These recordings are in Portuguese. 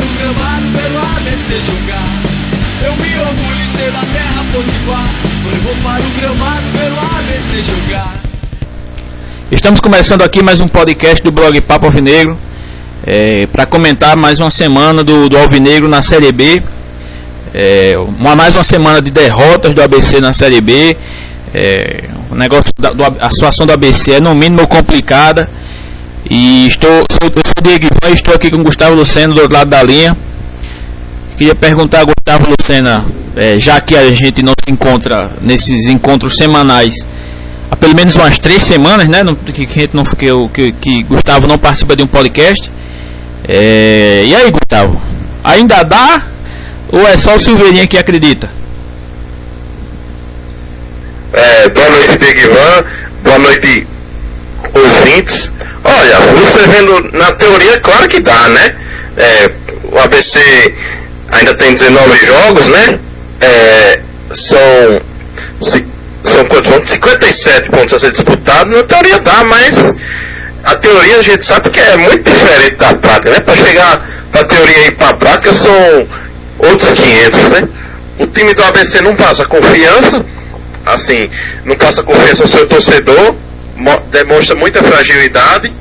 para o gramado pelo ABC jogar. Eu me orgulho em ser da terra potiguar. Eu vou para o gramado pelo ABC jogar. Estamos começando aqui mais um podcast do blog Papo Alvinegro, para comentar mais uma semana do Alvinegro na Série B. Mais uma semana de derrotas do ABC na Série B. O negócio a situação do ABC é no mínimo complicada. E eu sou o Diego Ivan e estou aqui com o Gustavo Lucena do outro lado da linha. Queria perguntar a Gustavo Lucena, já que a gente não se encontra nesses encontros semanais há pelo menos umas 3 semanas, né? Que a gente não que Gustavo não participa de um podcast. E aí, Gustavo, ainda dá? Ou é só o Silveirinha que acredita? Boa noite, Diego Ivan. Boa noite, ouvintes. Olha, você vendo na teoria, claro que dá, né? O ABC ainda tem 19 jogos, né? São quantos pontos? 57 pontos a ser disputados. Na teoria dá, mas a teoria a gente sabe que é muito diferente da prática, né? Para chegar da teoria e para a prática são outros 500, né? O time do ABC não passa confiança, assim, não passa confiança ao seu torcedor, demonstra muita fragilidade,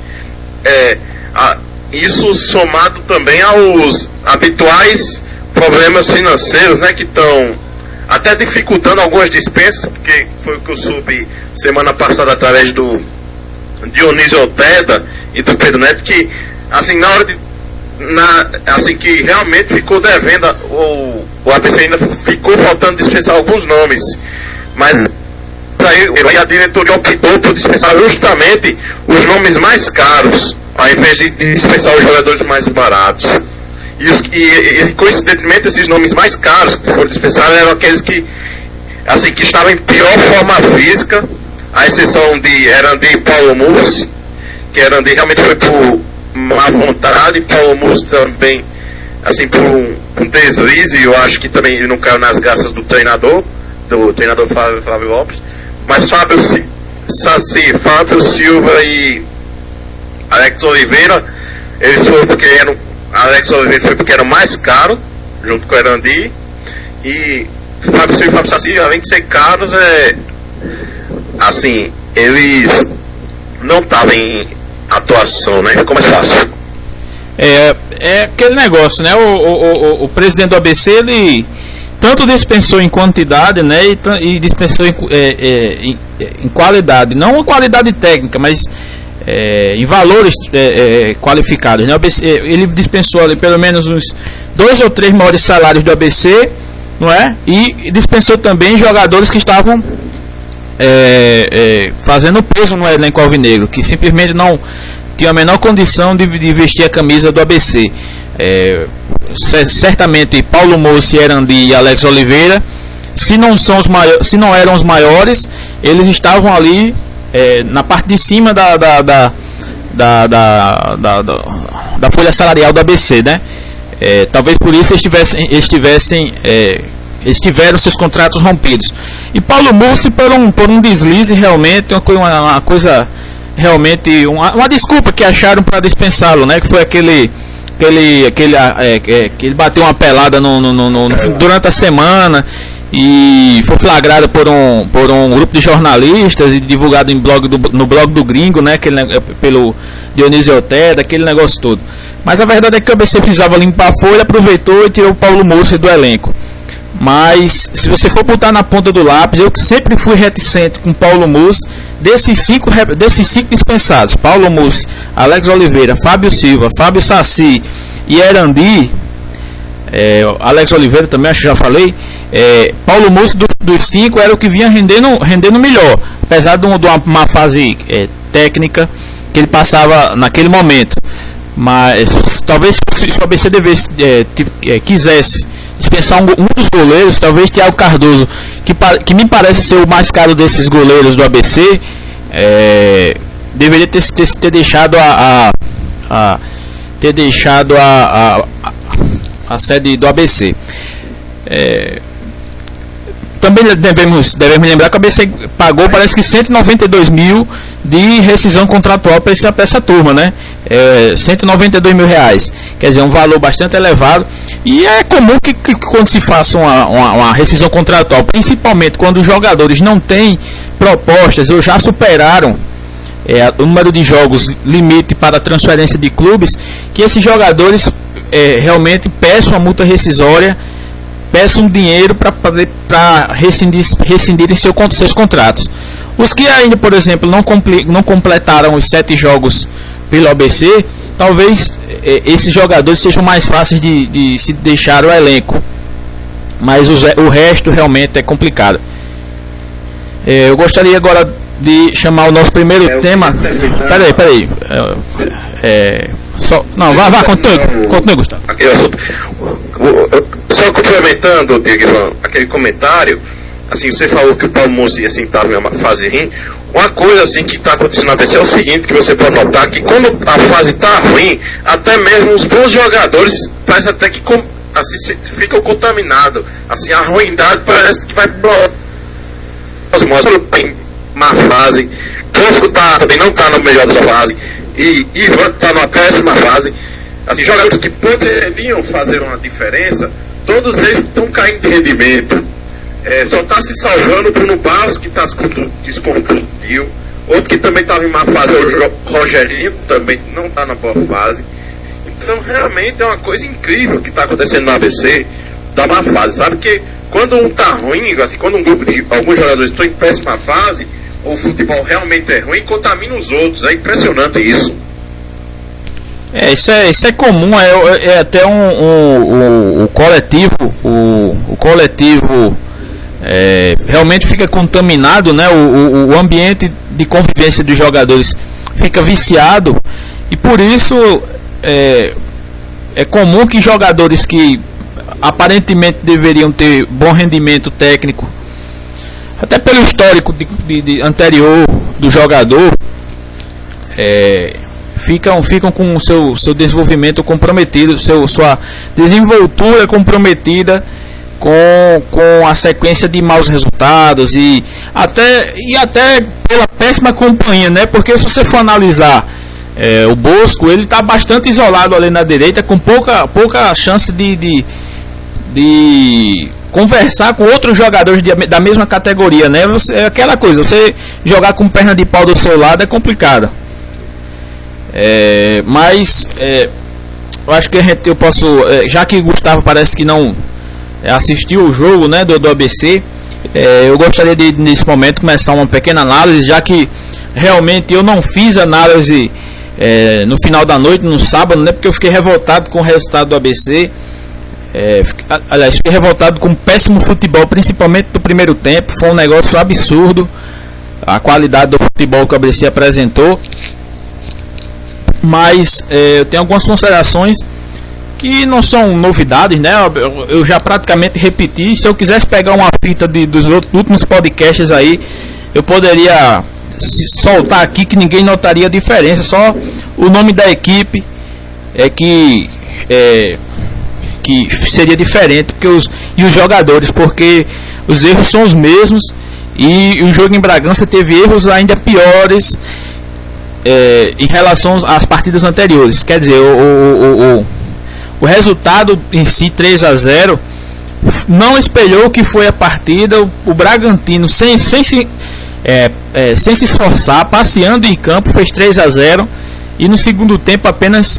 isso somado também aos habituais problemas financeiros, né, que estão até dificultando algumas dispensas, porque foi o que eu soube semana passada através do Dionísio Oteda e do Pedro Neto, que assim, assim que realmente ficou devendo, o ABC ainda ficou faltando dispensar alguns nomes, mas aí a diretoria optou por dispensar justamente os nomes mais caros, ao invés de dispensar os jogadores mais baratos. E coincidentemente esses nomes mais caros que foram dispensados eram aqueles que estavam em pior forma física, à exceção de Erandi e Paulo Mussi, que Erandi realmente foi por má vontade, e Paulo Mussi também assim por um deslize, eu acho que também ele não caiu nas graças do treinador Flávio Lopes. Mas Fábio Silva e Alex Oliveira, eles foram porque Alex Oliveira foi porque era mais caro, junto com o Erandi, e Fábio Silva e Fábio Saci, além de ser caros, assim, eles não estavam em atuação, né? Ficou mais fácil. É aquele negócio, né? O presidente do ABC, ele tanto dispensou em quantidade, né, e dispensou em qualidade, não em qualidade técnica, mas em valores qualificados, né? Ele dispensou ali pelo menos uns 2 ou 3 maiores salários do ABC, não é? E dispensou também jogadores que estavam fazendo peso no elenco alvinegro, que simplesmente não tinha a menor condição de vestir a camisa do ABC. Certamente Paulo Mussi, Erandi e Alex Oliveira, se não eram os maiores, eles estavam ali na parte de cima da folha salarial do ABC, né? Talvez por isso eles tiveram seus contratos rompidos. E Paulo Mussi por um deslize, realmente uma coisa, realmente uma desculpa que acharam para dispensá-lo, né? Que foi que ele bateu uma pelada durante a semana e foi flagrado por um grupo de jornalistas e divulgado no blog do Gringo, né? Pelo Dionísio Oteda, aquele negócio todo. Mas a verdade é que o ABC precisava limpar a folha, aproveitou e tirou o Paulo Mussi do elenco. Mas se você for botar na ponta do lápis, eu sempre fui reticente com Paulo Mussi. Desses cinco dispensados, Paulo Mussi, Alex Oliveira, Fábio Silva, Fábio Saci e Erandi, Alex Oliveira também, acho que já falei, Paulo Mussi dos 5 era o que vinha rendendo melhor, apesar de uma fase técnica que ele passava naquele momento. Mas talvez se o ABC quisesse dispensar um dos goleiros, talvez Thiago Cardoso, que me parece ser o mais caro desses goleiros do ABC, deveria ter deixado a sede do ABC. também devemos lembrar que a ABC pagou, parece que 192 mil de rescisão contratual para essa turma, né? 192 mil reais, quer dizer, um valor bastante elevado. E é comum que quando se faça uma rescisão contratual, principalmente quando os jogadores não têm propostas ou já superaram o número de jogos limite para a transferência de clubes, que esses jogadores realmente peçam a multa rescisória, peçam dinheiro para rescindirem seus contratos. Os que ainda, por exemplo, não completaram os 7 jogos pelo ABC, talvez esses jogadores sejam mais fáceis de se deixar o elenco, mas o resto realmente é complicado. Eu gostaria agora de chamar o nosso primeiro tema. Peraí. Vá, continue, Gustavo. Só complementando, Diego, aquele comentário, assim, você falou que o Paulo Moço assim, estava em uma fase ruim. Uma coisa assim que está acontecendo na ABC é o seguinte, que você pode notar, que quando a fase está ruim, até mesmo os bons jogadores parece até que assim, ficam contaminados. Assim, a ruindade parece que vai para má fase. Clássico também não está no melhor dessa fase. E Ivan está numa péssima fase. Assim, jogadores que poderiam fazer uma diferença, todos eles estão caindo de rendimento. Só está se salvando o Bruno Barros, que está descontundiu. Outro que também estava em má fase é o Rogerinho, que também não está na boa fase. Então realmente é uma coisa incrível que está acontecendo no ABC da má fase. Sabe que quando um está ruim, assim, quando um grupo de alguns jogadores estão em péssima fase, o futebol realmente é ruim, contamina os outros. É impressionante isso. Isso é comum, é até o coletivo, o coletivo realmente fica contaminado, né? O ambiente de convivência dos jogadores fica viciado, e por isso é comum que jogadores que aparentemente deveriam ter bom rendimento técnico, até pelo histórico de anterior do jogador, ficam com o seu desenvolvimento comprometido, sua desenvoltura comprometida com a sequência de maus resultados e até pela péssima companhia, né? Porque se você for analisar o Bosco, ele está bastante isolado ali na direita, com pouca chance de conversar com outros jogadores da mesma categoria, né? É aquela coisa, você jogar com perna de pau do seu lado é complicado. Mas eu acho que eu posso, já que o Gustavo parece que não assistiu o jogo, né, do ABC, eu gostaria de nesse momento começar uma pequena análise, já que realmente eu não fiz análise no final da noite, no sábado, né, porque eu fiquei revoltado com o resultado do ABC. Aliás, fiquei revoltado com o péssimo futebol, principalmente do primeiro tempo. Foi um negócio absurdo a qualidade do futebol que o ABC apresentou. Mas eu tenho algumas considerações que não são novidades, né? Eu já praticamente repeti. Se eu quisesse pegar uma fita dos últimos podcasts aí, eu poderia soltar aqui que ninguém notaria a diferença. Só o nome da equipe que seria diferente, porque os jogadores, porque os erros são os mesmos, e o jogo em Bragança teve erros ainda piores em relação às partidas anteriores. Quer dizer, o resultado em si, 3-0, não espelhou o que foi a partida. O Bragantino, sem se esforçar, passeando em campo, fez 3-0, e no segundo tempo apenas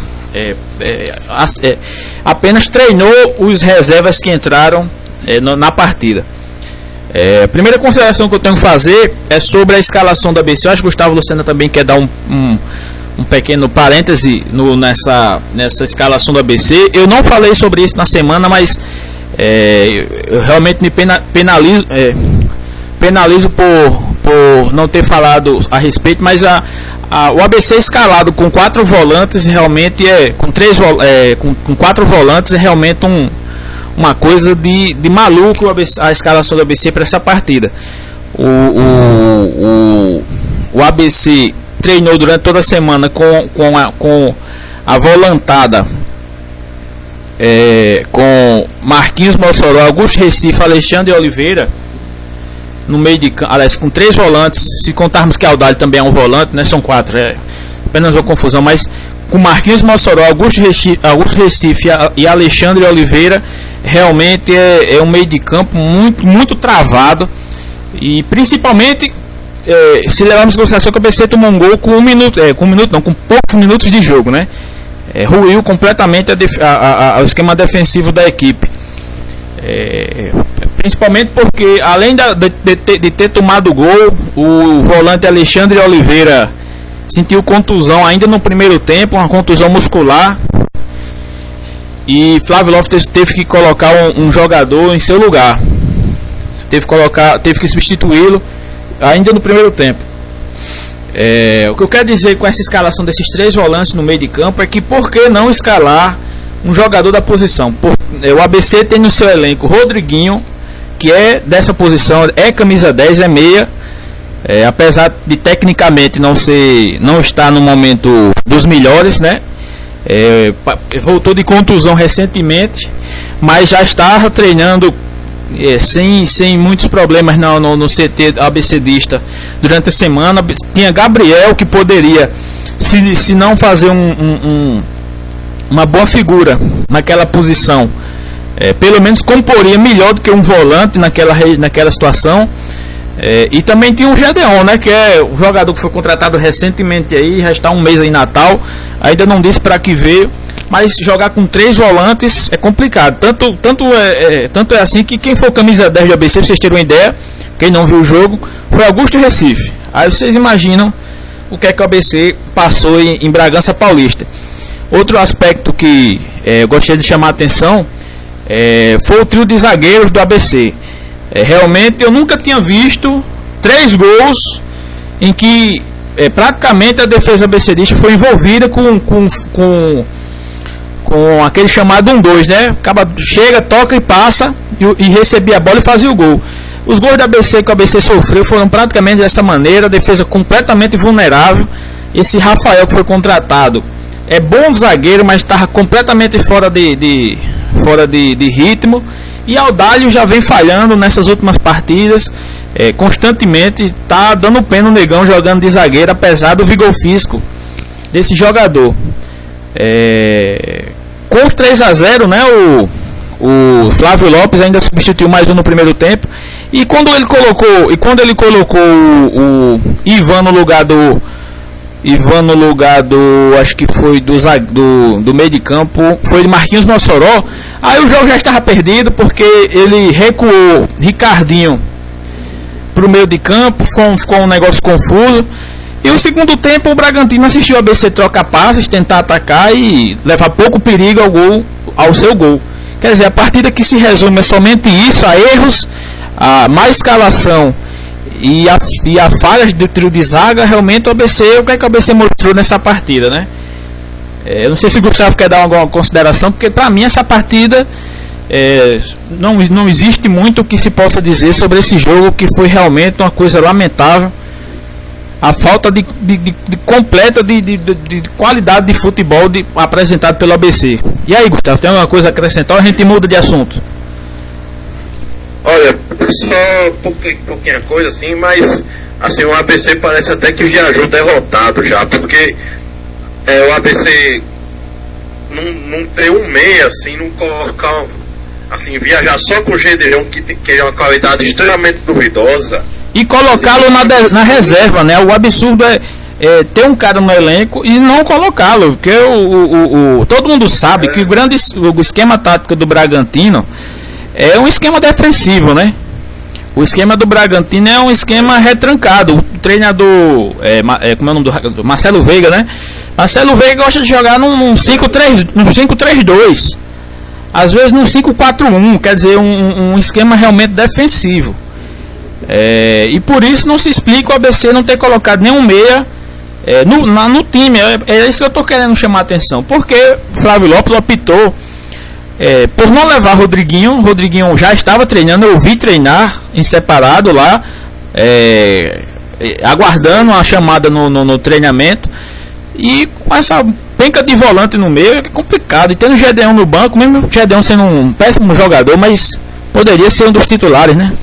treinou os reservas que entraram na partida. A primeira consideração que eu tenho que fazer é sobre a escalação da ABC. Eu acho que o Gustavo Lucena também quer dar um pequeno parêntese nessa escalação do ABC. Eu não falei sobre isso na semana, mas eu realmente me penalizo por não ter falado a respeito. Mas o ABC escalado com 4 volantes realmente com 4 volantes é realmente uma coisa de maluco, a escalação do ABC para essa partida. O ABC treinou durante toda a semana com a volantada com Marquinhos Mossoró, Augusto Recife, Alexandre Oliveira no meio de campo, aliás, com 3 volantes, se contarmos que Aldalho também é um volante, né? São 4, apenas uma confusão, mas com Marquinhos Mossoró, Augusto Recife e Alexandre Oliveira, realmente é um meio de campo muito, muito travado, e principalmente se levarmos em consideração que o ABC tomou um gol com com poucos minutos de jogo, né? Ruiu completamente o esquema defensivo da equipe, principalmente porque além de ter tomado o gol, o volante Alexandre Oliveira sentiu contusão ainda no primeiro tempo, uma contusão muscular, e Flávio Lopes teve que colocar um jogador em seu lugar, teve que substituí-lo ainda no primeiro tempo. O que eu quero dizer com essa escalação desses 3 volantes no meio de campo é que por que não escalar um jogador da posição? O ABC tem no seu elenco Rodriguinho, que é dessa posição, é camisa 10, é meia, apesar de tecnicamente não estar no momento dos melhores, né? Voltou de contusão recentemente, mas já estava treinando sem muitos problemas no CT ABCdista durante a semana. Tinha Gabriel, que poderia, se não fazer uma boa figura naquela posição, pelo menos comporia melhor do que um volante naquela situação. E também tinha o Gedeon, né, que é o jogador que foi contratado recentemente aí, já está um mês aí em Natal, ainda não disse para que veio, mas jogar com 3 volantes é complicado. Tanto é assim que quem for camisa 10 do ABC, pra vocês terem uma ideia, quem não viu o jogo, foi Augusto Recife. Aí vocês imaginam o que é que o ABC passou em Bragança Paulista. Outro aspecto que eu gostaria de chamar a atenção foi o trio de zagueiros do ABC. Realmente eu nunca tinha visto 3 gols em que praticamente a defesa ABCdista foi envolvida com aquele chamado 1-2, né? Acaba, chega, toca e passa e recebia a bola e fazia o gol. Os gols da ABC que o ABC sofreu foram praticamente dessa maneira, a defesa completamente vulnerável. Esse Rafael que foi contratado é bom zagueiro, mas estava completamente fora de ritmo. E Aldalho já vem falhando nessas últimas partidas, constantemente está dando pena no Negão jogando de zagueiro, apesar do vigor físico desse jogador. Com 3-0, né, o Flávio Lopes ainda substituiu mais um no primeiro tempo, e quando ele colocou o Ivan no lugar do acho que foi do meio de campo, foi de Marquinhos Mossoró, aí o jogo já estava perdido, porque ele recuou Ricardinho para o meio de campo, ficou um negócio confuso. E o segundo tempo o Bragantino assistiu a ABC trocar passes, tentar atacar e levar pouco perigo ao seu gol. Quer dizer, a partida que se resume é somente isso, a erros, a má escalação e a falhas do trio de zaga. Realmente o ABC, o que é que o ABC mostrou nessa partida, né? Eu não sei se o Gustavo quer dar alguma consideração, porque para mim essa partida não existe muito o que se possa dizer sobre esse jogo, que foi realmente uma coisa lamentável. A falta de completa de qualidade de futebol apresentado pelo ABC. E aí, Gustavo, tem alguma coisa a acrescentar ou a gente muda de assunto? Olha, só pouquinha coisa assim, mas assim, o ABC parece até que viajou derrotado já, porque o ABC não ter um meia assim, não colocar assim, viajar só com o Gedeon, que é uma qualidade extremamente duvidosa, e colocá-lo na reserva, né? O absurdo é ter um cara no elenco e não colocá-lo, porque todo mundo sabe que o esquema tático do Bragantino é um esquema defensivo, né? O esquema do Bragantino é um esquema retrancado. O treinador, como é o nome do Marcelo Veiga, né? Marcelo Veiga gosta de jogar num 5-3-2, às vezes num 5-4-1, quer dizer, um esquema realmente defensivo. E por isso não se explica o ABC não ter colocado nenhum meia no time. É isso que eu estou querendo chamar a atenção, porque Flávio Lopes optou por não levar Rodriguinho. Rodriguinho já estava treinando, eu vi treinar em separado lá, aguardando a chamada no treinamento, e com essa penca de volante no meio é complicado. E tendo o Gedeon no banco, mesmo o Gedeon sendo um péssimo jogador, mas poderia ser um dos titulares, né?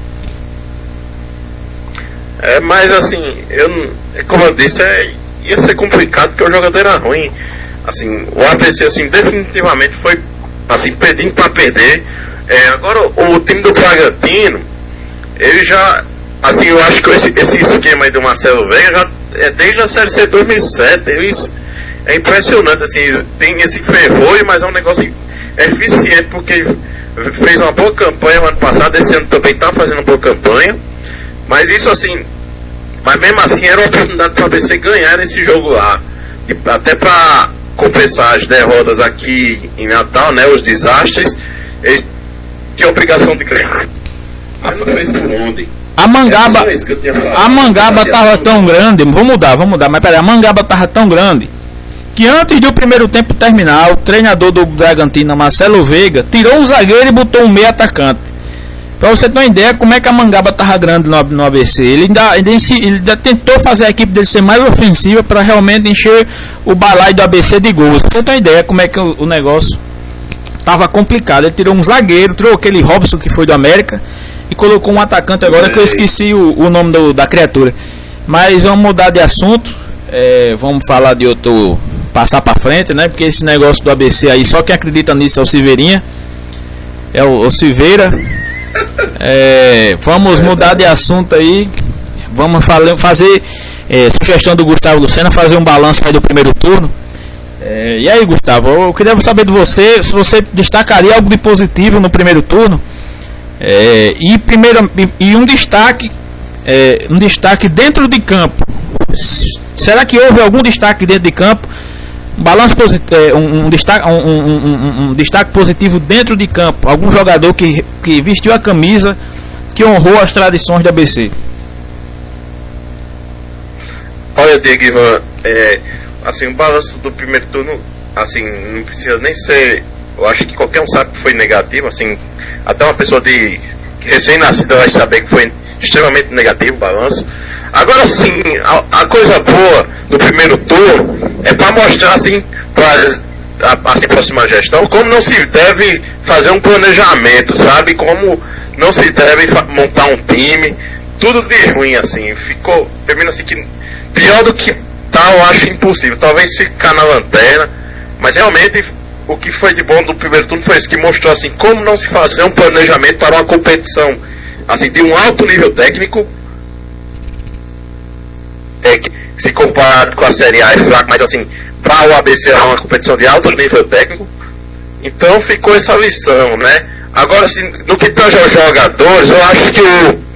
Mas assim, como eu disse, ia ser complicado porque o jogador era ruim. Assim, o ABC assim, definitivamente foi assim, pedindo para perder. Agora o time do Bragantino, ele já, assim, eu acho que esse esquema aí do Marcelo Veiga já é desde a Série C 2007. É impressionante, assim, tem esse ferrolho, mas é um negócio eficiente, porque fez uma boa campanha no ano passado, esse ano também está fazendo uma boa campanha, mas isso assim, mas mesmo assim era uma oportunidade para o ABC ganhar esse jogo lá, e até para compensar as derrotas aqui em Natal, né, os desastres, ele tinha a obrigação de ganhar, mas não fez por onde. A Mangaba tava tão grande, vamos mudar, mas peraí, a Mangaba tava tão grande que antes do primeiro tempo terminar, o treinador do Bragantino, Marcelo Veiga, tirou um zagueiro e botou um meio atacante. Pra você ter uma ideia como é que a Mangaba tava grande no ABC. Ele ainda tentou fazer a equipe dele ser mais ofensiva para realmente encher o balaio do ABC de gols. Pra você ter uma ideia como é que o negócio tava complicado. Ele tirou um zagueiro, tirou aquele Robson que foi do América e colocou um atacante agora que eu esqueci o nome da criatura. Mas vamos mudar de assunto. Vamos falar de outro, passar para frente, né? Porque esse negócio do ABC aí, só quem acredita nisso é o Silveirinha, é o Silveira. Vamos mudar de assunto aí. Vamos fazer sugestão do Gustavo Lucena, fazer um balanço aí do primeiro turno. E aí, Gustavo, eu queria saber de você se você destacaria algo de positivo no primeiro turno. E um destaque dentro de campo. Será que houve algum destaque dentro de campo? Balanço positivo, um destaque positivo dentro de campo. Algum jogador que vestiu a camisa, que honrou as tradições do ABC? Olha, Diego Ivan, assim, o balanço do primeiro turno, assim, não precisa nem ser. Eu acho que qualquer um sabe que foi negativo, assim, até uma pessoa que recém-nascida vai saber que foi extremamente negativo o balanço. Agora sim, a coisa boa do primeiro turno é para mostrar assim para a próxima gestão como não se deve fazer um planejamento, sabe? Como não se deve montar um time, tudo de ruim assim. Ficou, termina assim que pior do que tal, eu acho impossível. Talvez ficar na lanterna, mas realmente o que foi de bom do primeiro turno foi isso, que mostrou assim como não se fazer um planejamento para uma competição assim de um alto nível técnico. Que se comparado com a Série A é fraco, mas assim, para o ABC é uma competição de alto nível técnico. Então ficou essa lição, né? Agora, assim, no que tange aos jogadores, eu acho que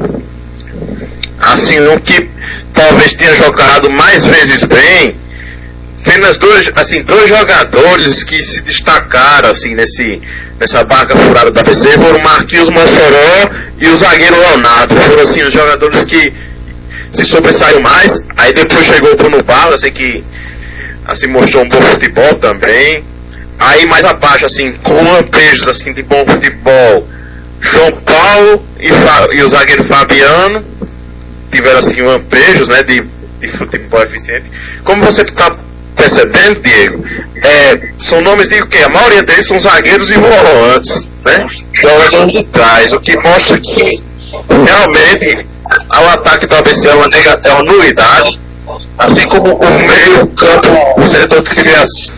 o que talvez tenha jogado mais vezes bem, apenas dois jogadores que se destacaram assim nessa barca furada da ABC foram o Marquinhos Mossoró e o zagueiro Leonardo. Foram assim os jogadores que se sobressaiu mais. Aí depois chegou o Bruno Bala, assim, que assim, mostrou um bom futebol também. Aí mais abaixo, assim, com lampejos assim, de bom futebol, João Paulo e o zagueiro Fabiano tiveram assim lampejos, né, de futebol eficiente. Como você está percebendo, Diego, são nomes de o quê? A maioria deles são zagueiros e volantes, né, jogadores de trás, o que mostra que realmente o ataque do ABC é uma nulidade, assim como o meio campo, o setor de criação.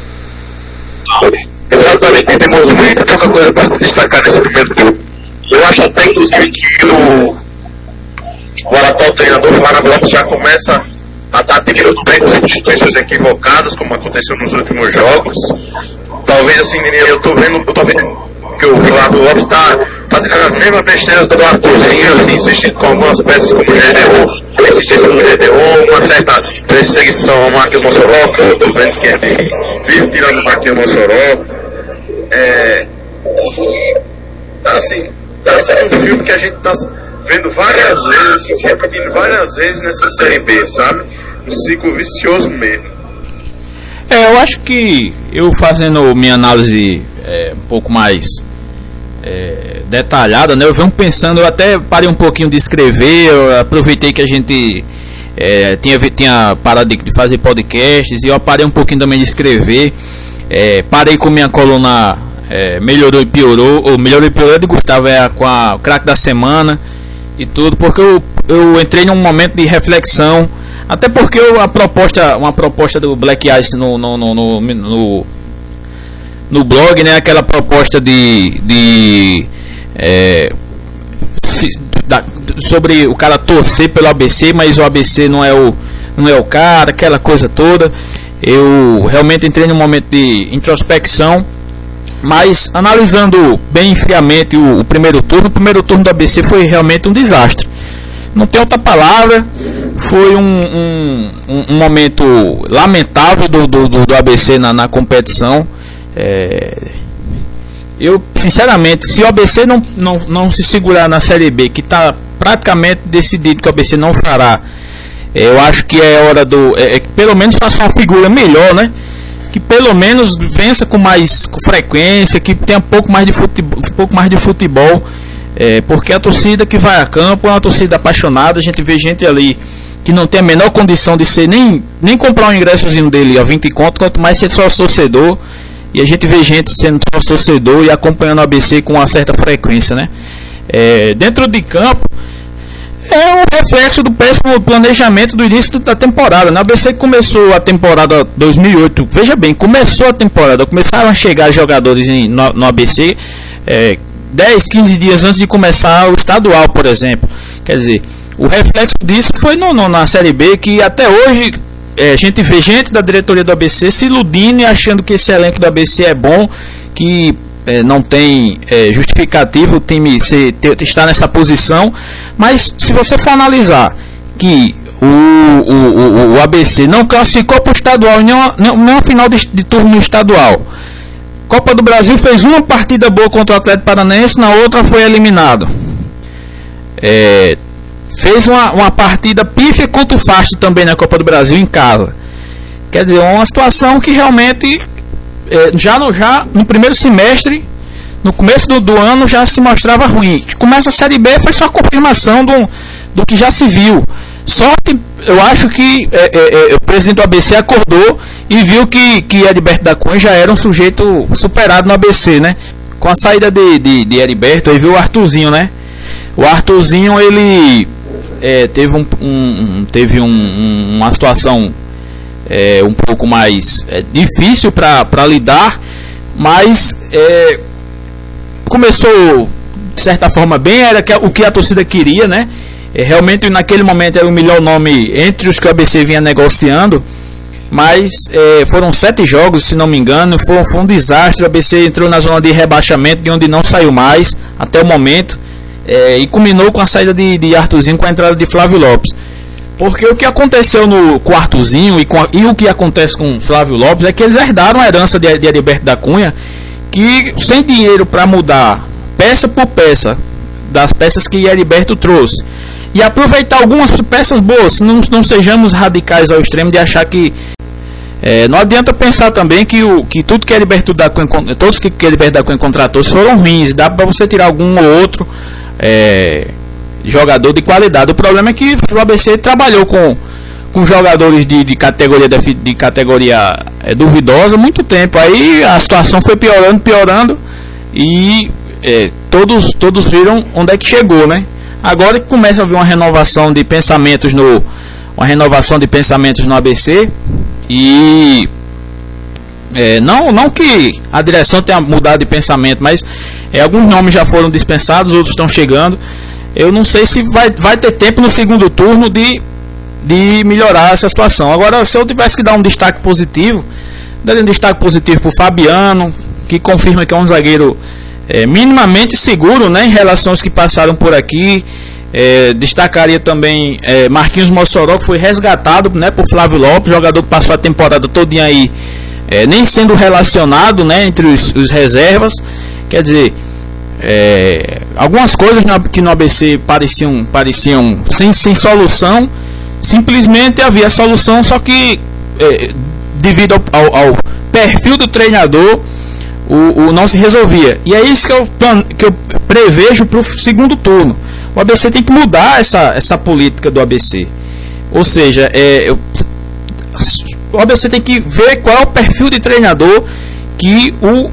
Exatamente, temos muita pouca coisa para se destacar nesse primeiro turno. Eu acho até inclusive que o atual treinador Flávio Lopes já começa a dar tiros bem com substituições equivocadas, como aconteceu nos últimos jogos. Talvez assim, eu tô vendo que o Flávio Lopes está fazendo as mesmas besteiras do Arthurzinho, assim, insistindo com algumas peças como o GDO, insistência no GDO, uma certa perseguição ao Marquinhos Mossoró, que eu tô vendo que vive tirando o Marquinhos Mossoró. Assim, tá sendo um filme que a gente tá vendo várias vezes, assim, se repetindo várias vezes nessa Série B, sabe? Um ciclo vicioso mesmo. Eu acho que eu fazendo minha análise um pouco mais detalhada, né? Eu venho pensando, eu até parei um pouquinho de escrever, eu aproveitei que a gente tinha parado de fazer podcasts, e eu parei um pouquinho também de escrever. Parei com minha coluna Melhorou e Piorou, ou Melhorou e Piorou de Gustavo, com o craque da semana e tudo, porque eu entrei num momento de reflexão, até porque uma proposta do Black Ice no blog, né, aquela proposta sobre o cara torcer pelo ABC, mas o ABC não é o cara, aquela coisa toda. Eu realmente entrei num momento de introspecção, mas analisando bem friamente o primeiro turno do ABC foi realmente um desastre. Não tem outra palavra. Foi um momento lamentável do ABC na competição. Eu, sinceramente, se o ABC não se segurar na Série B, que está praticamente decidido que o ABC não fará, eu acho que é hora que pelo menos faça uma figura melhor, né? Que pelo menos vença com mais frequência, que tenha um pouco mais de futebol, porque a torcida que vai a campo é uma torcida apaixonada. A gente vê gente ali que não tem a menor condição de ser nem comprar um ingressozinho dele a 20 conto, quanto mais ser só torcedor. E a gente vê gente sendo só torcedor e acompanhando o ABC com uma certa frequência, né? Dentro de campo, é um reflexo do péssimo planejamento do início da temporada, né? O ABC começou a temporada 2008, veja bem, começou a temporada, começaram a chegar jogadores no ABC 10, 15 dias antes de começar o estadual, por exemplo. Quer dizer, o reflexo disso foi na Série B, que até hoje a gente vê gente da diretoria do ABC se iludindo e achando que esse elenco do ABC é bom, que não tem justificativo o time estar nessa posição. Mas se você for analisar que o ABC não classificou para o estadual, nem final de turno no estadual, Copa do Brasil fez uma partida boa contra o Atlético Paranaense, na outra foi eliminado, fez uma partida pífia contra o Fast também na Copa do Brasil em casa. Quer dizer, uma situação que realmente já no primeiro semestre, no começo do ano, já se mostrava ruim. Começa a Série B, foi só a confirmação do que já se viu. Só que eu acho que o presidente do ABC acordou e viu que Heriberto da Cunha já era um sujeito superado no ABC, né? Com a saída de Heriberto, aí viu o Arthurzinho, né? O Arthurzinho, ele teve uma situação um pouco mais difícil para lidar, mas começou de certa forma bem, era o que a torcida queria, né? Realmente naquele momento era o melhor nome entre os que o ABC vinha negociando, mas foram 7 jogos, se não me engano, foi um desastre. O ABC entrou na zona de rebaixamento, de onde não saiu mais até o momento, e culminou com a saída de Arthurzinho, com a entrada de Flávio Lopes. Porque o que aconteceu com o Arthurzinho e o que acontece com Flávio Lopes é que eles herdaram a herança de Heriberto da Cunha, que sem dinheiro para mudar peça por peça das peças que Heriberto trouxe, e aproveitar algumas peças boas, não sejamos radicais ao extremo de achar que não adianta pensar também que tudo que Heriberto da Cunha, todos que Heriberto da Cunha contratou foram ruins. Dá para você tirar algum ou outro jogador de qualidade. O problema é que o ABC trabalhou com jogadores de categoria duvidosa há muito tempo. Aí a situação foi piorando e todos viram onde é que chegou, né? Agora que começa a haver uma renovação de pensamentos no ABC, e não que a direção tenha mudado de pensamento, mas alguns nomes já foram dispensados, outros estão chegando. Eu não sei se vai ter tempo no segundo turno de melhorar essa situação. Agora, se eu tivesse que dar um destaque positivo, daria um destaque positivo para o Fabiano, que confirma que é um zagueiro minimamente seguro, né, em relação aos que passaram por aqui. Destacaria também Marquinhos Mossoró, que foi resgatado, né, por Flávio Lopes, jogador que passou a temporada todinha aí nem sendo relacionado, né, entre os reservas. Quer dizer, algumas coisas que no ABC pareciam sem solução, simplesmente havia solução, só que devido ao perfil do treinador, não se resolvia. E é isso que eu prevejo para o segundo turno. O ABC tem que mudar essa política do ABC. Ou seja, o ABC tem que ver qual é o perfil de treinador que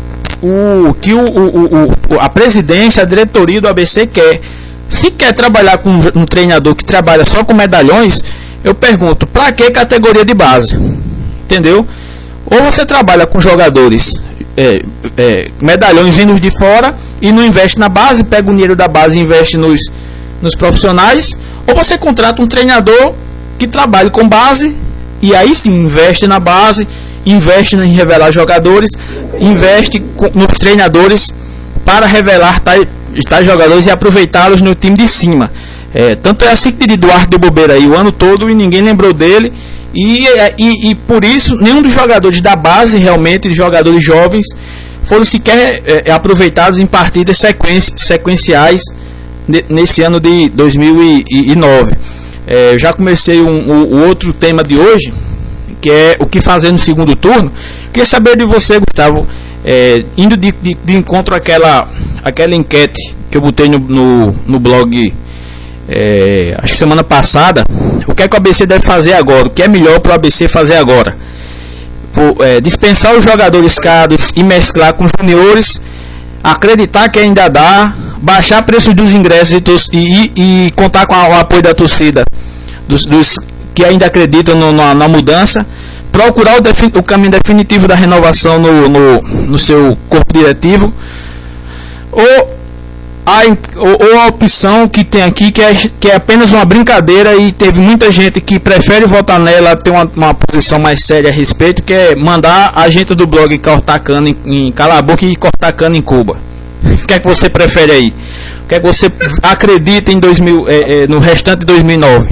a presidência, a diretoria do ABC quer. Se quer trabalhar com um treinador que trabalha só com medalhões, eu pergunto, para que categoria de base? Entendeu? Ou você trabalha com jogadores medalhões vindos de fora e não investe na base, pega o dinheiro da base e investe nos profissionais, ou você contrata um treinador que trabalhe com base e aí sim investe na base, investe em revelar jogadores, investe nos treinadores para revelar tais jogadores e aproveitá-los no time de cima. Tanto é assim que de Duarte deu bobeira aí o ano todo e ninguém lembrou dele, e por isso nenhum dos jogadores da base, realmente jogadores jovens, foram sequer aproveitados em partidas sequenciais nesse ano de 2009. Eu já comecei o outro tema de hoje, que é o que fazer no segundo turno. Queria saber de você, Gustavo, indo de encontro àquela enquete que eu botei no blog, acho que semana passada. O que é que o ABC deve fazer agora? O que é melhor para o ABC fazer agora? Dispensar os jogadores caros e mesclar com os juniores, acreditar que ainda dá, baixar preço dos ingressos e contar com o apoio da torcida, dos que ainda acreditam na mudança, procurar o caminho definitivo da renovação no seu corpo diretivo, ou a opção que tem aqui, que é apenas uma brincadeira, e teve muita gente que prefere votar nela, ter uma posição mais séria a respeito, que é mandar a gente do blog cortar cana em calar a boca e cortar cana em Cuba. O que é que você prefere aí? O que é que você acredita em no restante de 2009?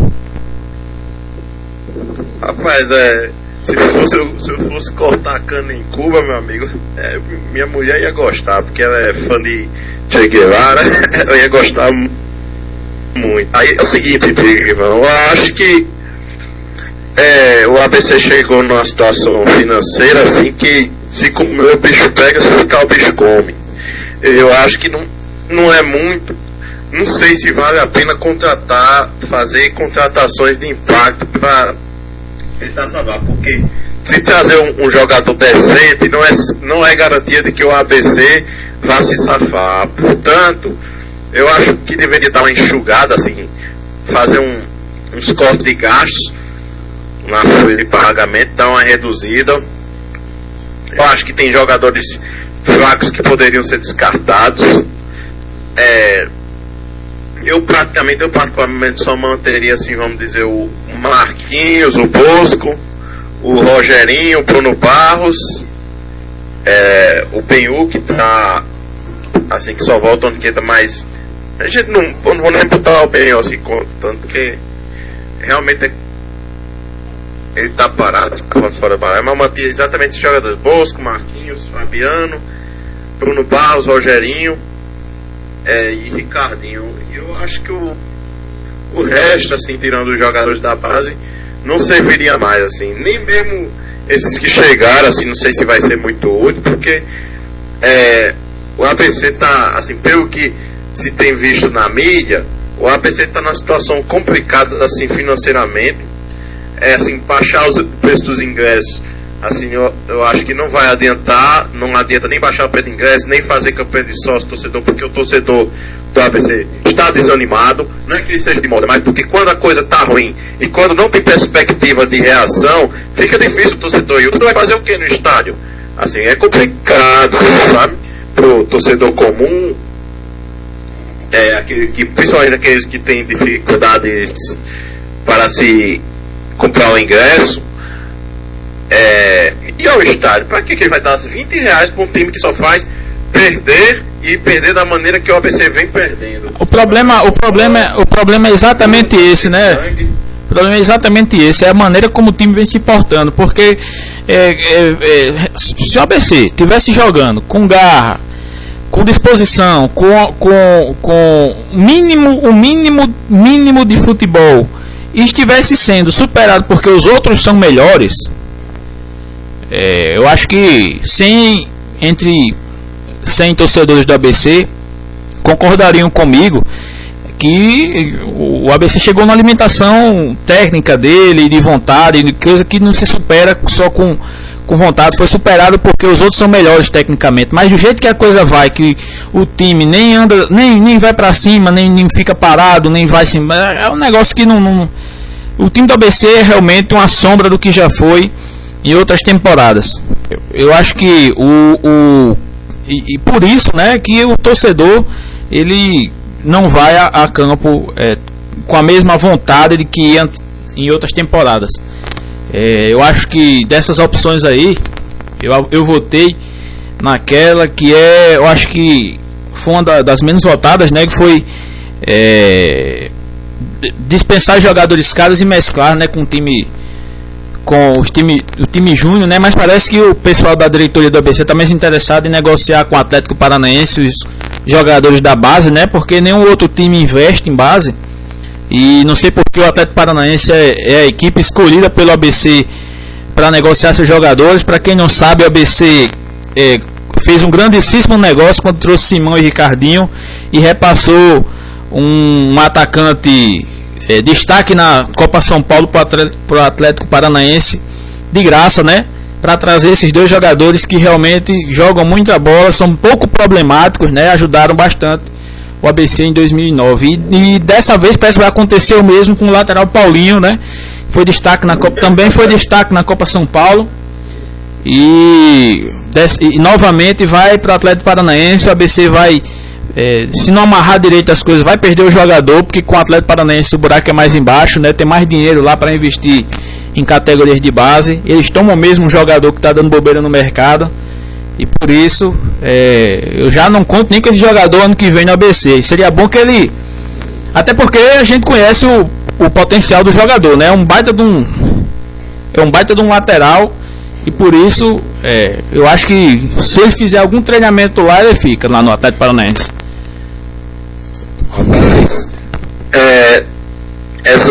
Rapaz, se eu fosse cortar cana em Cuba, meu amigo, minha mulher ia gostar, porque ela é fã de Che Guevara, eu ia gostar muito. Aí é o seguinte, Ivan, eu acho que o ABC chegou numa situação financeira assim que, se comer o bicho pega, se ficar o bicho come. Eu acho que não é muito. Não sei se vale a pena fazer contratações de impacto para tentar salvar, porque se trazer um jogador decente não é garantia de que o ABC vá se safar. Portanto, eu acho que deveria dar uma enxugada, assim, fazer uns cortes de gastos na folha de pagamento, dar uma reduzida. Eu acho que tem jogadores fracos que poderiam ser descartados. Eu particularmente só manteria, assim, vamos dizer, o Marquinhos, o Bosco, o Rogerinho, o Bruno Barros, o Penhu, que tá assim, que só volta ano que entra, mas a gente não vou nem botar o Penhu assim, tanto porque realmente ele tá parado, ficava fora da parada, mas mantinha exatamente os jogadores: Bosco, Marquinhos, Fabiano, Bruno Barros, Rogerinho e Ricardinho. E eu acho que o resto, assim, tirando os jogadores da base, não serviria mais, assim, nem mesmo esses que chegaram, assim, não sei se vai ser muito útil, porque o ABC tá, assim, pelo que se tem visto na mídia, o ABC tá numa situação complicada, assim, financeiramente. Assim, baixar os preços dos ingressos, assim, eu acho que não vai adiantar, não adianta nem baixar o preço do ingresso, nem fazer campanha de sócio-torcedor, porque o torcedor do ABC está desanimado. Não é que ele esteja de moda, mas porque quando a coisa está ruim e quando não tem perspectiva de reação, fica difícil o torcedor. E o torcedor vai fazer o que no estádio? Assim, é complicado, sabe? Pro torcedor comum, principalmente aqueles que têm dificuldades para se comprar o ingresso, e ao estádio, para que ele vai dar R$20 para um time que só faz perder, e perder da maneira que o ABC vem perdendo? O problema é exatamente esse, né? O problema é exatamente esse, é a maneira como o time vem se portando, porque se o ABC tivesse jogando com garra, com disposição, com o mínimo de futebol, e estivesse sendo superado porque os outros são melhores, eu acho que 100 torcedores do ABC concordariam comigo que o ABC chegou na alimentação técnica dele, de vontade, coisa que não se supera só com vontade, foi superado porque os outros são melhores tecnicamente, mas do jeito que a coisa vai, que o time nem anda, nem vai para cima, nem fica parado, nem vai assim, é um negócio que não o time do ABC é realmente uma sombra do que já foi em outras temporadas. Eu acho que e por isso, né, que o torcedor ele não vai a campo com a mesma vontade de que ia em outras temporadas. Eu acho que dessas opções aí, eu votei naquela que eu acho que foi uma das menos votadas, né, que foi dispensar jogadores caros e mesclar, né, com o time júnior, né, mas parece que o pessoal da diretoria do ABC está mais interessado em negociar com o Atlético Paranaense os jogadores da base, né, porque nenhum outro time investe em base. E não sei porque o Atlético Paranaense é a equipe escolhida pelo ABC para negociar seus jogadores. Para quem não sabe, o ABC fez um grandíssimo negócio quando trouxe Simão e Ricardinho e repassou um atacante destaque na Copa São Paulo para o Atlético Paranaense de graça, né? Para trazer esses dois jogadores que realmente jogam muita bola, são pouco problemáticos, né? Ajudaram bastante o ABC em 2009 e dessa vez parece que vai acontecer o mesmo com o lateral Paulinho, né? Foi destaque na Copa, também foi destaque na Copa São Paulo e novamente vai para o Atlético Paranaense. O ABC vai, se não amarrar direito as coisas, vai perder o jogador, porque com o Atlético Paranaense o buraco é mais embaixo, né? Tem mais dinheiro lá para investir em categorias de base. Eles tomam mesmo um jogador que está dando bobeira no mercado. E por isso, eu já não conto nem com esse jogador ano que vem no ABC. Seria bom que ele... Até porque a gente conhece o potencial do jogador, né? É um baita de um lateral. E por isso, eu acho que se ele fizer algum treinamento lá, ele fica lá no Atlético Paranaense. Essa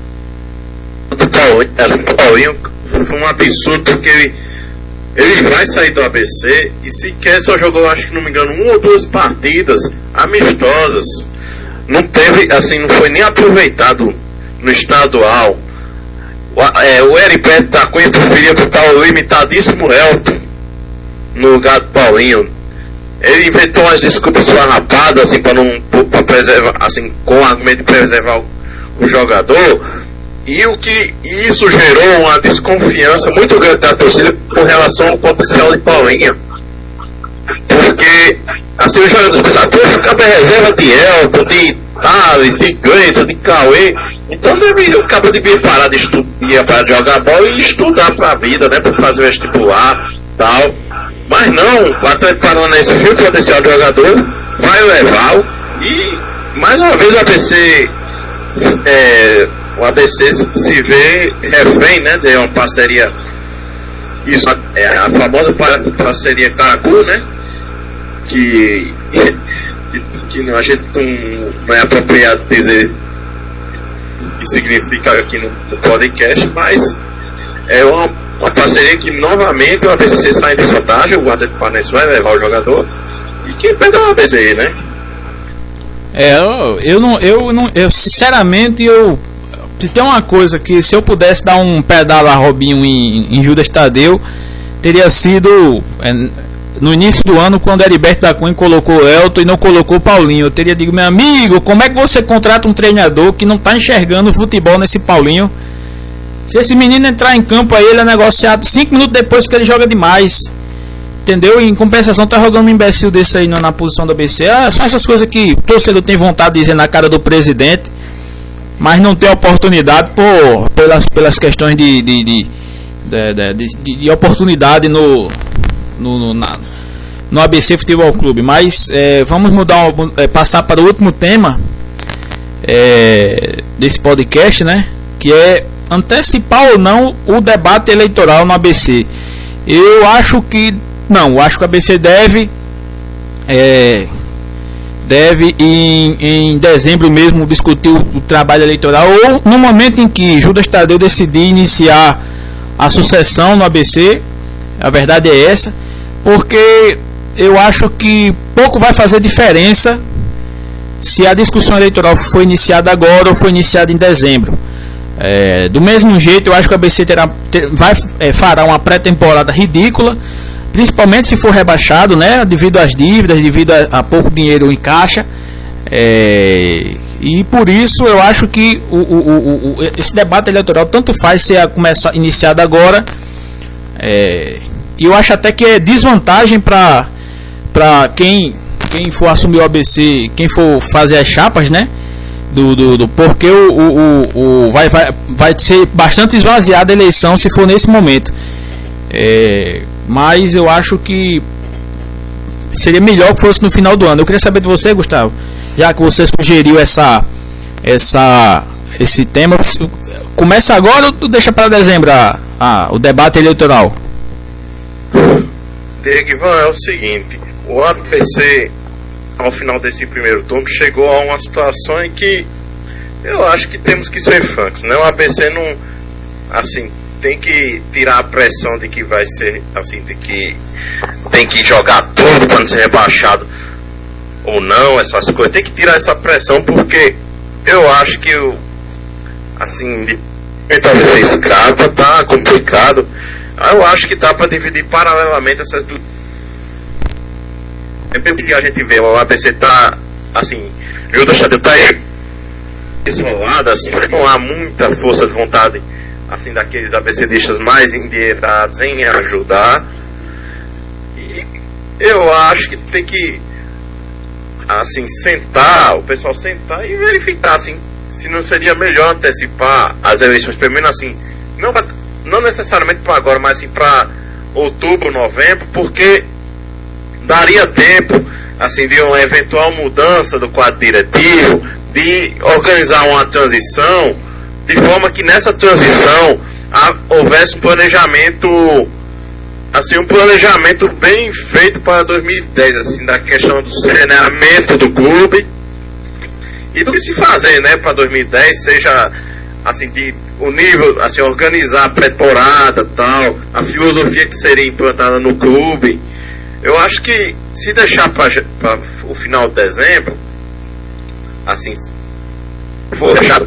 do Paulinho foi um absurdo, porque ele vai sair do ABC e sequer só jogou, acho que não me engano, 1 ou 2 partidas amistosas. Não teve, assim, não foi nem aproveitado no estadual. O Heriberto da Cunha preferia botar o limitadíssimo Elton no lugar do Paulinho. Ele inventou umas desculpas farrapadas, assim, para preservar, assim, com o argumento de preservar o jogador. E isso gerou uma desconfiança muito grande da torcida com relação ao potencial de Paulinho. Porque, assim, os jogadores pensaram, poxa, o cabo é reserva de Elton, de Thales, de Gleitson, de Cauê. Então o cabo devia parar de jogar bola e estudar pra vida, né? Pra fazer vestibular e tal. Mas não, o Atlético Paranaense viu o potencial do jogador, vai levá-lo. E, mais uma vez, o ABC se vê refém, né, de uma parceria, isso é a famosa parceria Caracu, né, que a gente não é apropriado dizer o que significa aqui no podcast, mas é uma parceria que novamente o ABC sai de vantagem, o Atlético Paranaense vai levar o jogador e quem perde é o ABC, né? Eu sinceramente, se tem uma coisa que se eu pudesse dar um pedal a Robinho em Judas Tadeu, teria sido no início do ano, quando Heriberto da Cunha colocou Elton e não colocou Paulinho. Eu teria dito, meu amigo, como é que você contrata um treinador que não está enxergando o futebol nesse Paulinho? Se esse menino entrar em campo aí, ele é negociado 5 minutos depois que ele joga demais, entendeu? E em compensação tá jogando um imbecil desse aí na posição da BC. São essas coisas que o torcedor tem vontade de dizer na cara do presidente, mas não tem oportunidade pelas questões de oportunidade no ABC Futebol Clube. Mas vamos passar para o último tema desse podcast, né? Que é antecipar ou não o debate eleitoral no ABC. Eu acho que não, acho que o ABC deve em dezembro mesmo discutir o trabalho eleitoral, ou no momento em que Judas Tadeu decidir iniciar a sucessão no ABC. A verdade é essa, porque eu acho que pouco vai fazer diferença se a discussão eleitoral foi iniciada agora ou foi iniciada em dezembro. Do mesmo jeito, eu acho que o ABC fará uma pré-temporada ridícula, principalmente se for rebaixado, né, devido às dívidas, devido a pouco dinheiro em caixa. E por isso eu acho que esse debate eleitoral tanto faz ser iniciado agora, e eu acho até que é desvantagem para quem for assumir o ABC, quem for fazer as chapas, né, porque vai ser bastante esvaziada a eleição se for nesse momento. Mas eu acho que seria melhor que fosse no final do ano. Eu queria saber de você, Gustavo, já que você sugeriu esse tema, começa agora ou deixa para dezembro o debate eleitoral? Diego, é o seguinte, o ABC, ao final desse primeiro turno, chegou a uma situação em que eu acho que temos que ser francos, né? O ABC não, assim, tem que tirar a pressão de que vai ser, assim, de que tem que jogar tudo para não ser rebaixado ou não, essas coisas. Tem que tirar essa pressão, porque eu acho que assim, talvez ser escrava, tá complicado. Eu acho que dá para dividir paralelamente essas duas. É pelo que a gente vê, o ABC tá, assim, Judas Tadeu tá isolado, assim, não há muita força de vontade, assim, daqueles ABCdistas mais endinheirados em ajudar. E eu acho que tem que, assim, o pessoal sentar e verificar, assim, se não seria melhor antecipar as eleições, pelo menos assim, não necessariamente para agora, mas assim, para outubro, novembro, porque daria tempo, assim, de uma eventual mudança do quadro diretivo, de organizar uma transição, de forma que nessa transição houvesse um planejamento, assim, um planejamento bem feito para 2010, assim, da questão do saneamento do clube e do que se fazer, né, para 2010, seja, assim, o nível, assim, organizar a pré-temporada, tal, a filosofia que seria implantada no clube. Eu acho que se deixar para o final de dezembro, assim, for deixado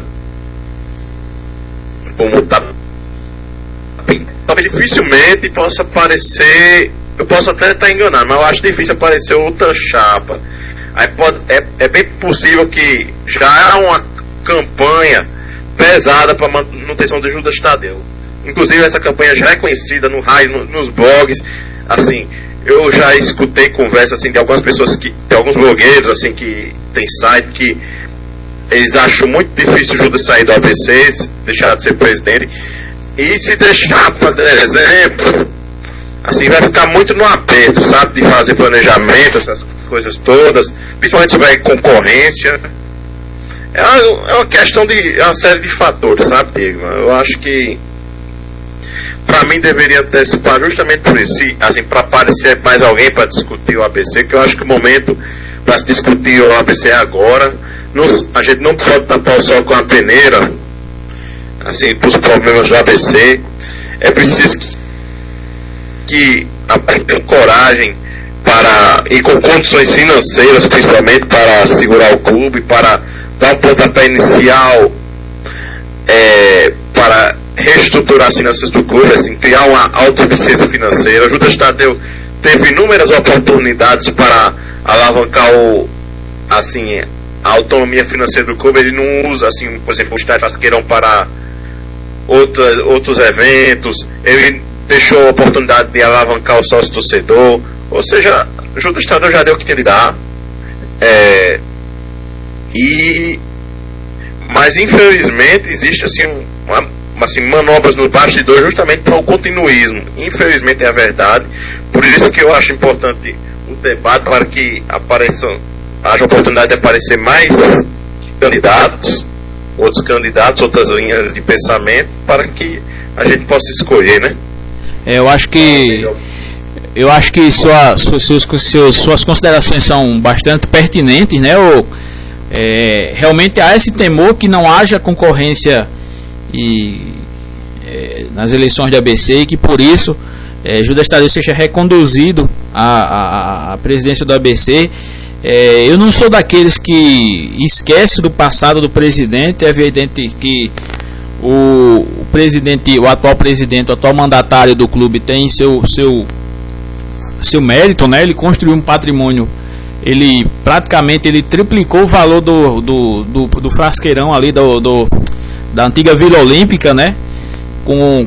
como tá, talvez dificilmente possa aparecer, eu posso até estar enganado, mas eu acho difícil aparecer outra chapa. Aí é bem possível que já há uma campanha pesada para manutenção de Judas Tadeu. Inclusive essa campanha já é conhecida no rádio, nos blogs, assim. Eu já escutei conversa, assim, de algumas pessoas tem alguns blogueiros, assim, que tem site que eles acham muito difícil o Judas sair do ABC, deixar de ser presidente, e se deixar para dezembro, assim, vai ficar muito no aperto, sabe, de fazer planejamento, essas coisas todas, principalmente se tiver concorrência. É uma questão é uma série de fatores, sabe, Diego? Eu acho que para mim deveria antecipar justamente por isso, assim, para aparecer mais alguém para discutir o ABC, que eu acho que o momento para se discutir o ABC é agora. A gente não pode tapar o sol com a peneira, assim, para os problemas do ABC. É preciso que tenha coragem e com condições financeiras, principalmente, para segurar o clube, para dar um pontapé inicial, para reestruturar as finanças do clube, assim, criar uma autossuficiência financeira. O Judas Tadeu teve inúmeras oportunidades para alavancar assim, a autonomia financeira do clube. Ele não usa, assim, por exemplo, o estádio Frasqueirão para outros eventos. Ele deixou a oportunidade de alavancar o sócio torcedor. Ou seja, o Judas Tadeu já deu o que tinha de dar. Mas infelizmente existe, assim, manobras no bastidor justamente para o continuismo. Infelizmente é a verdade. Por isso que eu acho importante o debate, para que haja oportunidade de aparecer mais candidatos, outras linhas de pensamento, para que a gente possa escolher, né? Eu acho que suas considerações são bastante pertinentes, né? Realmente há esse temor que não haja concorrência nas eleições do ABC, e que por isso Judas Tadeu seja reconduzido à presidência do ABC. Eu não sou daqueles que esquece do passado do presidente. É evidente que o atual presidente, o atual mandatário do clube tem seu mérito, né? Ele construiu um patrimônio, ele triplicou o valor do Frasqueirão ali, da antiga Vila Olímpica, né? Com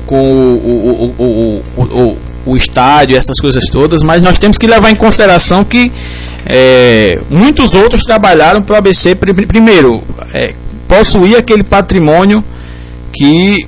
o estádio, essas coisas todas, mas nós temos que levar em consideração que muitos outros trabalharam para o ABC, primeiro, possuir aquele patrimônio que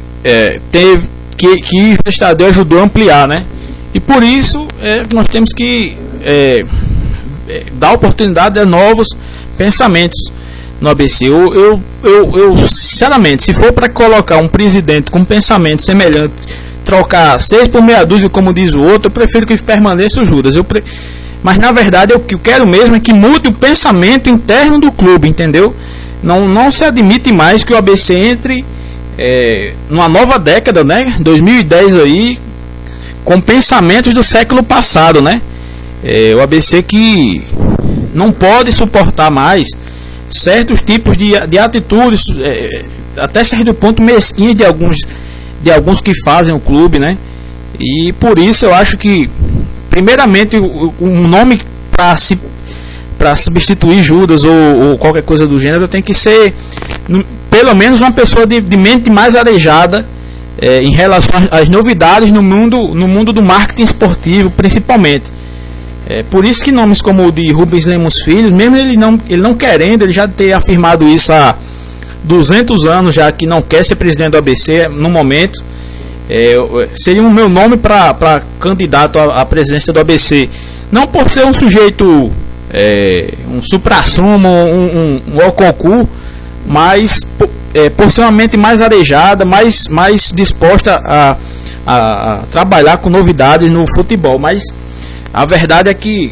o Estadão ajudou a ampliar, né? E por isso nós temos que dar oportunidade a novos pensamentos no ABC. Eu sinceramente, se for para colocar um presidente com pensamento semelhante, trocar 6 por meia dúzia, como diz o outro, eu prefiro que permaneça o Judas. Mas na verdade o que eu quero mesmo é que mude o pensamento interno do clube, entendeu? Não se admite mais que o ABC entre numa nova década, né? 2010 aí, com pensamentos do século passado, né? O ABC que não pode suportar mais certos tipos de atitudes, até certo ponto mesquinhas de alguns que fazem o clube, né? E por isso eu acho que, primeiramente, um nome para substituir Judas ou qualquer coisa do gênero tem que ser pelo menos uma pessoa de mente mais arejada em relação às novidades no mundo do marketing esportivo, principalmente. Por isso que nomes como o de Rubens Lemos Filho, mesmo ele não querendo, ele já ter afirmado isso há 200 anos já, que não quer ser presidente do ABC no momento, seria o meu nome para candidato à presidência do ABC. Não por ser um sujeito, um supra-sumo, um ococu, mas por ser uma mente mais arejada, mais disposta a trabalhar com novidades no futebol. Mas a verdade é que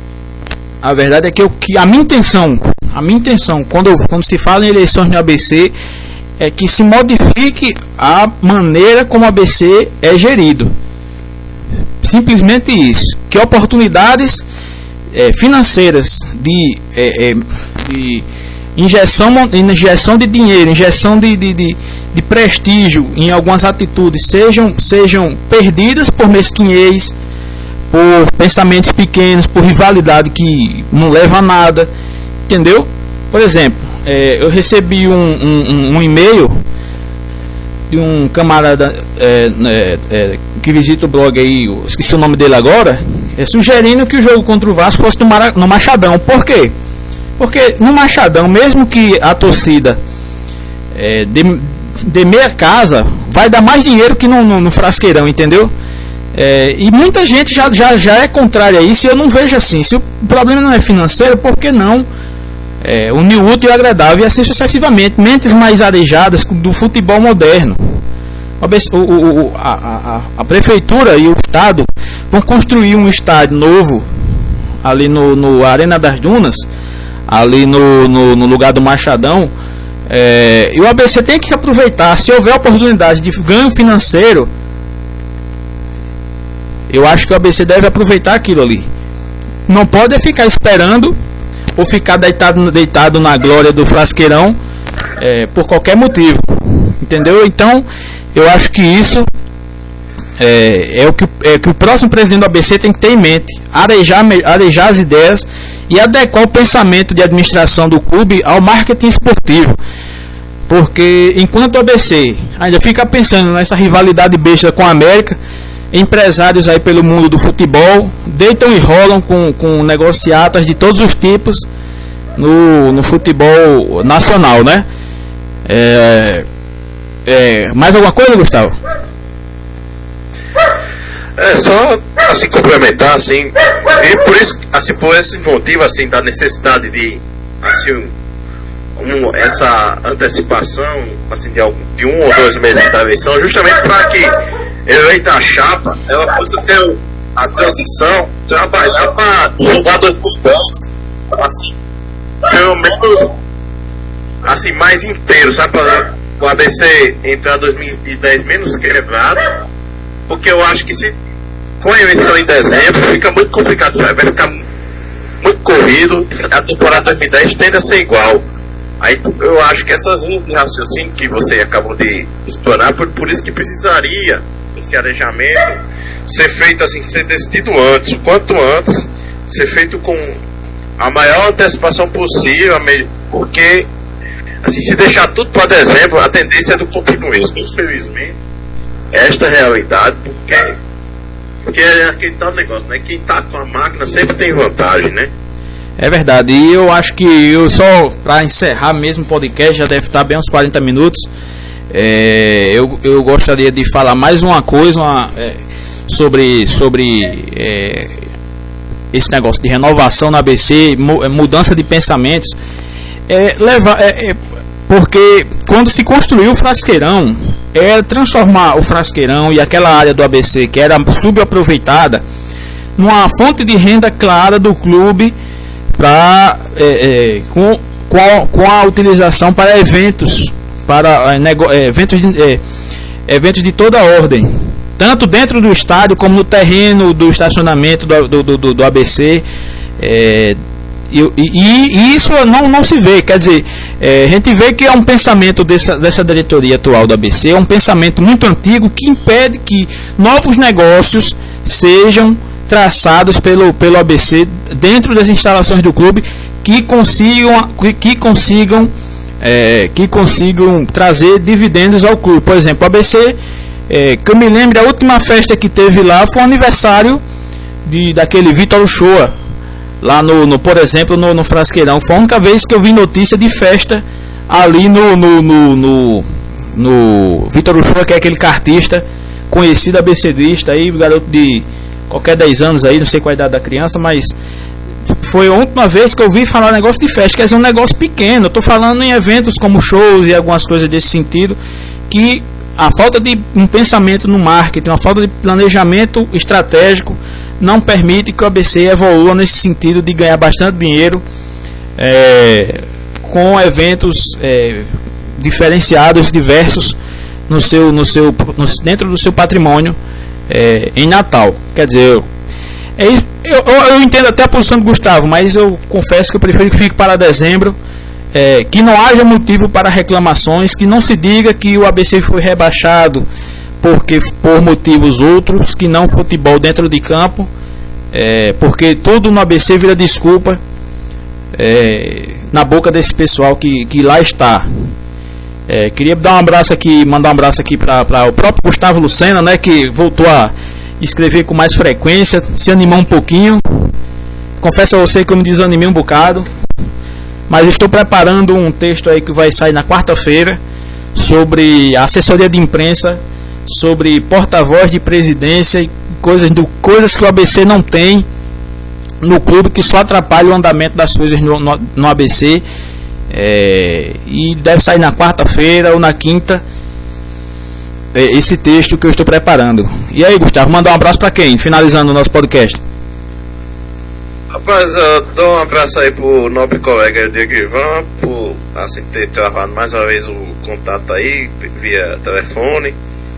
a minha intenção quando se fala em eleições no ABC é que se modifique a maneira como o ABC é gerido. Simplesmente isso. Que oportunidades financeiras de injeção de dinheiro, injeção de prestígio em algumas atitudes sejam perdidas por mesquinhez, por pensamentos pequenos, por rivalidade que não leva a nada, entendeu? Por exemplo, eu recebi um e-mail de um camarada que visita o blog aí, eu esqueci o nome dele agora, sugerindo que o jogo contra o Vasco fosse no Machadão. Por quê? Porque no Machadão, mesmo que a torcida de meia casa, vai dar mais dinheiro que no Frasqueirão, entendeu? E muita gente já é contrária a isso, e eu não vejo assim. Se o problema não é financeiro, por que não unir o útil e o agradável, e assim sucessivamente? Mentes mais arejadas do futebol moderno. A prefeitura e o estado vão construir um estádio novo ali no Arena das Dunas, ali no lugar do Machadão, e o ABC tem que aproveitar. Se houver oportunidade de ganho financeiro, eu acho que o ABC deve aproveitar aquilo ali. Não pode ficar esperando ou ficar deitado na glória do Frasqueirão por qualquer motivo, entendeu? Então eu acho que isso é o que o próximo presidente do ABC tem que ter em mente: arejar as ideias e adequar o pensamento de administração do clube ao marketing esportivo. Porque enquanto o ABC ainda fica pensando nessa rivalidade besta com a América, empresários aí pelo mundo do futebol deitam e rolam com negociatas de todos os tipos no futebol nacional, né? Mais alguma coisa, Gustavo? Só assim complementar, assim, e por isso, assim, por esse motivo, assim, da necessidade de, assim, essa antecipação, assim, de 1 ou 2 meses da eleição, justamente para que eleita a chapa, ela possa ter a transição, trabalhar para jogar 2010, assim, pelo menos, assim, mais inteiro, sabe, para o ABC entrar 2010 menos quebrado, porque eu acho que se com a eleição em dezembro fica muito complicado, vai ficar muito corrido, a temporada 2010 tende a ser igual. Aí eu acho que essas linhas de raciocínio que você acabou de explanar, por isso que precisaria esse arejamento ser feito assim, ser decidido antes, o quanto antes, ser feito com a maior antecipação possível, porque assim, se deixar tudo para dezembro, a tendência é do continuismo. Infelizmente, esta é a realidade, porque é aquele tal negócio, né? Quem tá com a máquina sempre tem vantagem, né? É verdade, e eu acho que eu só para encerrar mesmo o podcast, já deve estar bem uns 40 minutos. Eu gostaria de falar mais uma coisa sobre esse negócio de renovação na ABC, mudança de pensamentos. Porque quando se construiu o Frasqueirão, era transformar o Frasqueirão e aquela área do ABC que era subaproveitada numa fonte de renda clara do clube, com a utilização para eventos, eventos de toda ordem, tanto dentro do estádio como no terreno do estacionamento do ABC. E isso não se vê, quer dizer, a gente vê que é um pensamento dessa diretoria atual do ABC, é um pensamento muito antigo que impede que novos negócios sejam traçados pelo ABC dentro das instalações do clube, que consigam trazer dividendos ao clube. Por exemplo, o ABC, que eu me lembro, a última festa que teve lá foi o aniversário daquele Vitor Uchoa, lá por exemplo, no Frasqueirão. Foi a única vez que eu vi notícia de festa ali no Vitor Uchoa, que é aquele cartista conhecido, abecedista aí, garoto de qualquer 10 anos aí, não sei qual a idade da criança, mas foi a última vez que eu vi falar negócio de festa. Quer dizer, um negócio pequeno. Eu tô falando em eventos como shows e algumas coisas desse sentido, que a falta de um pensamento no marketing, a falta de planejamento estratégico não permite que o ABC evolua nesse sentido de ganhar bastante dinheiro com eventos diferenciados, diversos dentro do seu patrimônio em Natal. Quer dizer, eu entendo até a posição do Gustavo, mas eu confesso que eu prefiro que fique para dezembro, que não haja motivo para reclamações, que não se diga que o ABC foi rebaixado por motivos outros que não futebol dentro de campo, porque tudo no ABC vira desculpa na boca desse pessoal que lá está. Queria dar um abraço aqui, mandar um abraço aqui para o próprio Gustavo Lucena, né, que voltou a escrever com mais frequência, se animou um pouquinho. Confesso a você que eu me desanimei um bocado, mas estou preparando um texto aí que vai sair na quarta-feira sobre a assessoria de imprensa, sobre porta-voz de presidência e coisas que o ABC não tem no clube, que só atrapalha o andamento das coisas no ABC. E deve sair na quarta-feira ou na quinta esse texto que eu estou preparando. E aí, Gustavo, mandar um abraço para quem? Finalizando o nosso podcast. Rapaz, eu dou um abraço aí pro nobre colega Diego Ivan, por assim, ter travado mais uma vez o contato aí via telefone.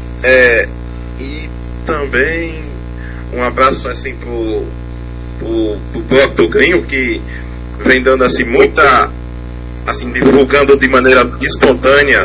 E também um abraço assim pro Bloco do Gringo, que vem dando assim muita, assim, divulgando de maneira espontânea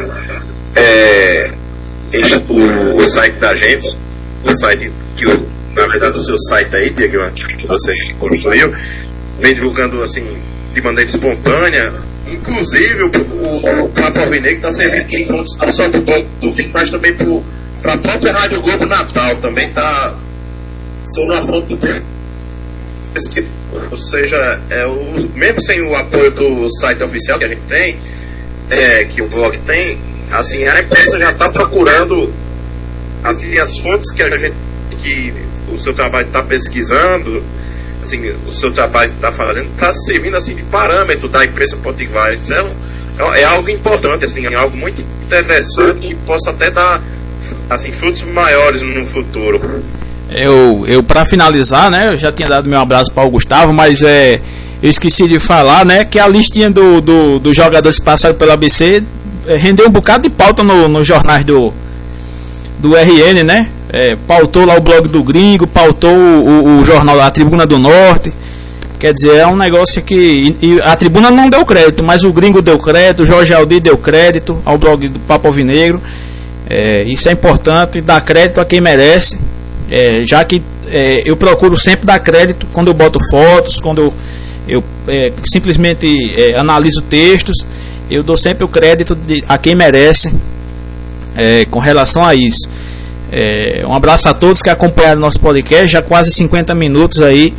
o site da gente, o site que na verdade o seu site aí, Diego, que você construiu, vem divulgando assim de maneira espontânea. Inclusive o Papo Alvinegro está servindo aqui em fontes não só do Gringo, mas também para a própria Rádio Globo Natal, também está sendo uma fonte de, ou seja, mesmo sem o apoio do site oficial que a gente tem, que o blog tem, assim, a empresa já está procurando assim, as fontes que o seu trabalho está pesquisando, assim, o seu trabalho está fazendo, está servindo assim de parâmetro da imprensa potiguar. Isso é algo importante, assim, é algo muito interessante que possa até dar assim, frutos maiores no futuro. Eu para finalizar, né, eu já tinha dado meu abraço para o Gustavo, mas eu esqueci de falar, né, que a listinha dos jogadores que passaram pelo ABC rendeu um bocado de pauta nos jornais do RN, né? Pautou lá o blog do Gringo, pautou o jornal da Tribuna do Norte, Quer dizer, é um negócio que e a tribuna não deu crédito, mas o Gringo deu crédito, o Jorge Aldir deu crédito ao blog do Papo Alvinegro. Isso é importante, dar crédito a quem merece, já que eu procuro sempre dar crédito quando eu boto fotos, quando eu simplesmente analiso textos, eu dou sempre o crédito a quem merece com relação a isso. Um abraço a todos que acompanharam nosso podcast, já quase 50 minutos aí,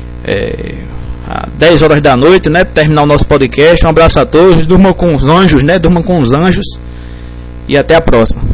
10 horas da noite, né, para terminar o nosso podcast. Um abraço a todos, durmam com os anjos, né, durmam com os anjos, e até a próxima.